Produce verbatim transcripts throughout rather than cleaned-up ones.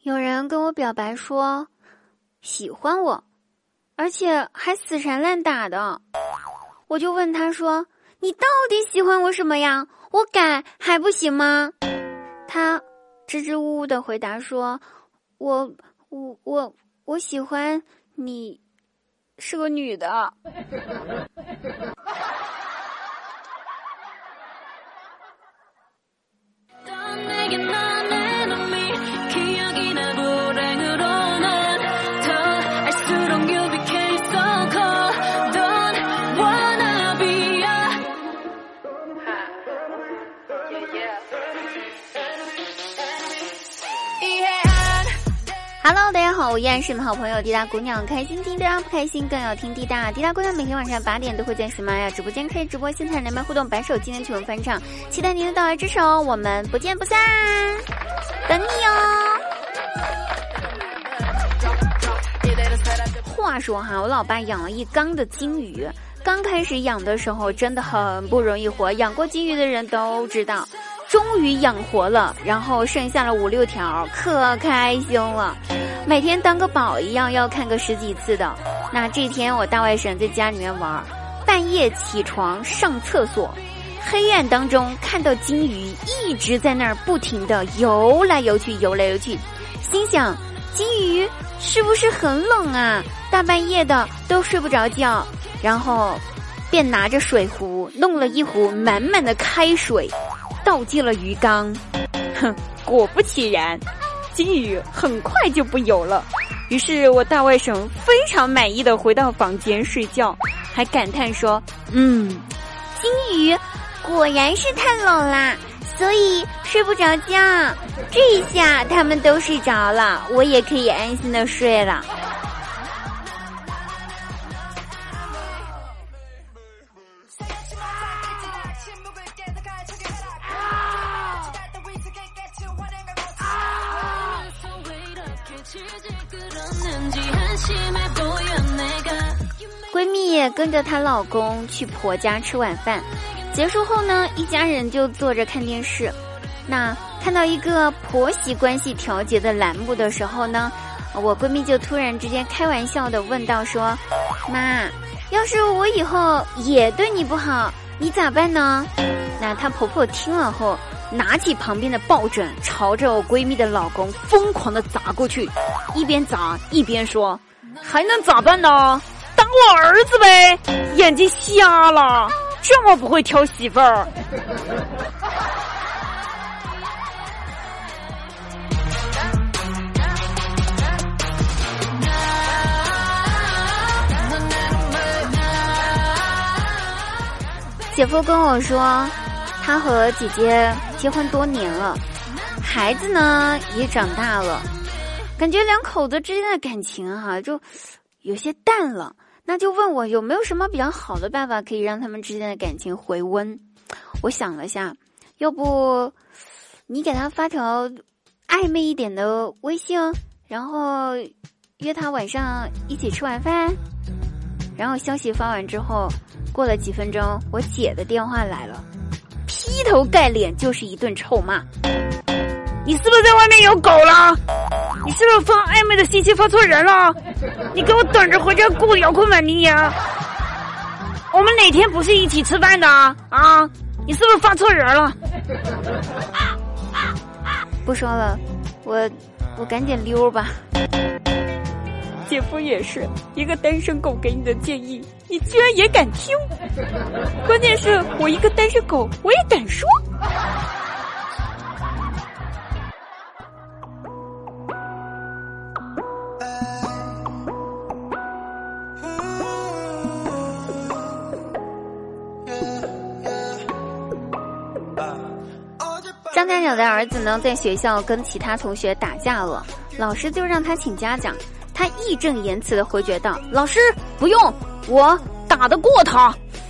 有人跟我表白说喜欢我，而且还死缠烂打的。我就问他说，你到底喜欢我什么呀？我改还不行吗？他支支吾吾的回答说，我我我我喜欢你是个女的。Hello， 大家好，我依然是你们好朋友滴答姑娘，开心听滴答，不开心更要听滴答。滴答姑娘每天晚上八点都会在喜马拉雅直播间开直播，现场连麦互动，白手今天曲文翻唱，期待您的到来之手，我们不见不散，等你哦。话说哈，我老爸养了一缸的金鱼，刚开始养的时候真的很不容易活，养过金鱼的人都知道。终于养活了，然后剩下了五六条，可开心了，每天当个宝一样要看个十几次的。那这天我大外甥在家里面玩，半夜起床上厕所，黑暗当中看到金鱼一直在那儿不停的游来游去游来游去，心想金鱼是不是很冷啊，大半夜的都睡不着觉，然后便拿着水壶弄了一壶满满的开水倒进了鱼缸，哼，果不其然，金鱼很快就不游了。于是我大外甥非常满意的回到房间睡觉，还感叹说，嗯，金鱼果然是太冷啦，所以睡不着觉，这一下他们都睡着了，我也可以安心的睡了。闺蜜也跟着她老公去婆家吃晚饭，结束后呢，一家人就坐着看电视。那看到一个婆媳关系调节的栏目的时候呢，我闺蜜就突然之间开玩笑的问到说，妈，要是我以后也对你不好，你咋办呢？那她婆婆听了后拿起旁边的抱枕朝着我闺蜜的老公疯狂的砸过去，一边砸一边说，还能咋办呢？当我儿子呗，眼睛瞎了，这么不会挑媳妇儿。姐夫跟我说，他和姐姐结婚多年了，孩子呢也长大了，感觉两口子之间的感情哈、啊、就有些淡了，那就问我有没有什么比较好的办法可以让他们之间的感情回温。我想了下，要不你给他发条暧昧一点的微信，然后约他晚上一起吃晚饭。然后消息发完之后，过了几分钟，我姐的电话来了，劈头盖脸就是一顿臭骂，你是不是在外面有狗了？你是不是发暧昧的信息发错人了？你给我等着回家过遥控满你啊！我们哪天不是一起吃饭的啊？啊！你是不是发错人了？不说了，我我赶紧溜吧。姐夫也是一个单身狗给你的建议，你居然也敢听？关键是我一个单身狗，我也敢说。张家长的儿子呢，在学校跟其他同学打架了，老师就让他请家长。他义正言辞地回绝道，老师不用，我打得过他。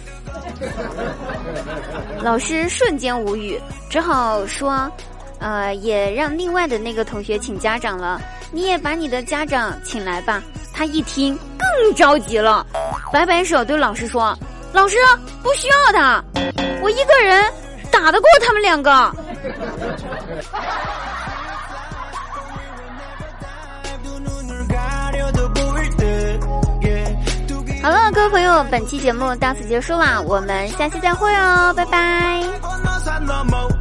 老师瞬间无语，只好说呃，也让另外的那个同学请家长了，你也把你的家长请来吧。他一听更着急了，摆摆手对老师说，老师不需要他，我一个人打得过他们两个。 朋友，本期节目到此结束啦，我们下期再会哦，拜拜。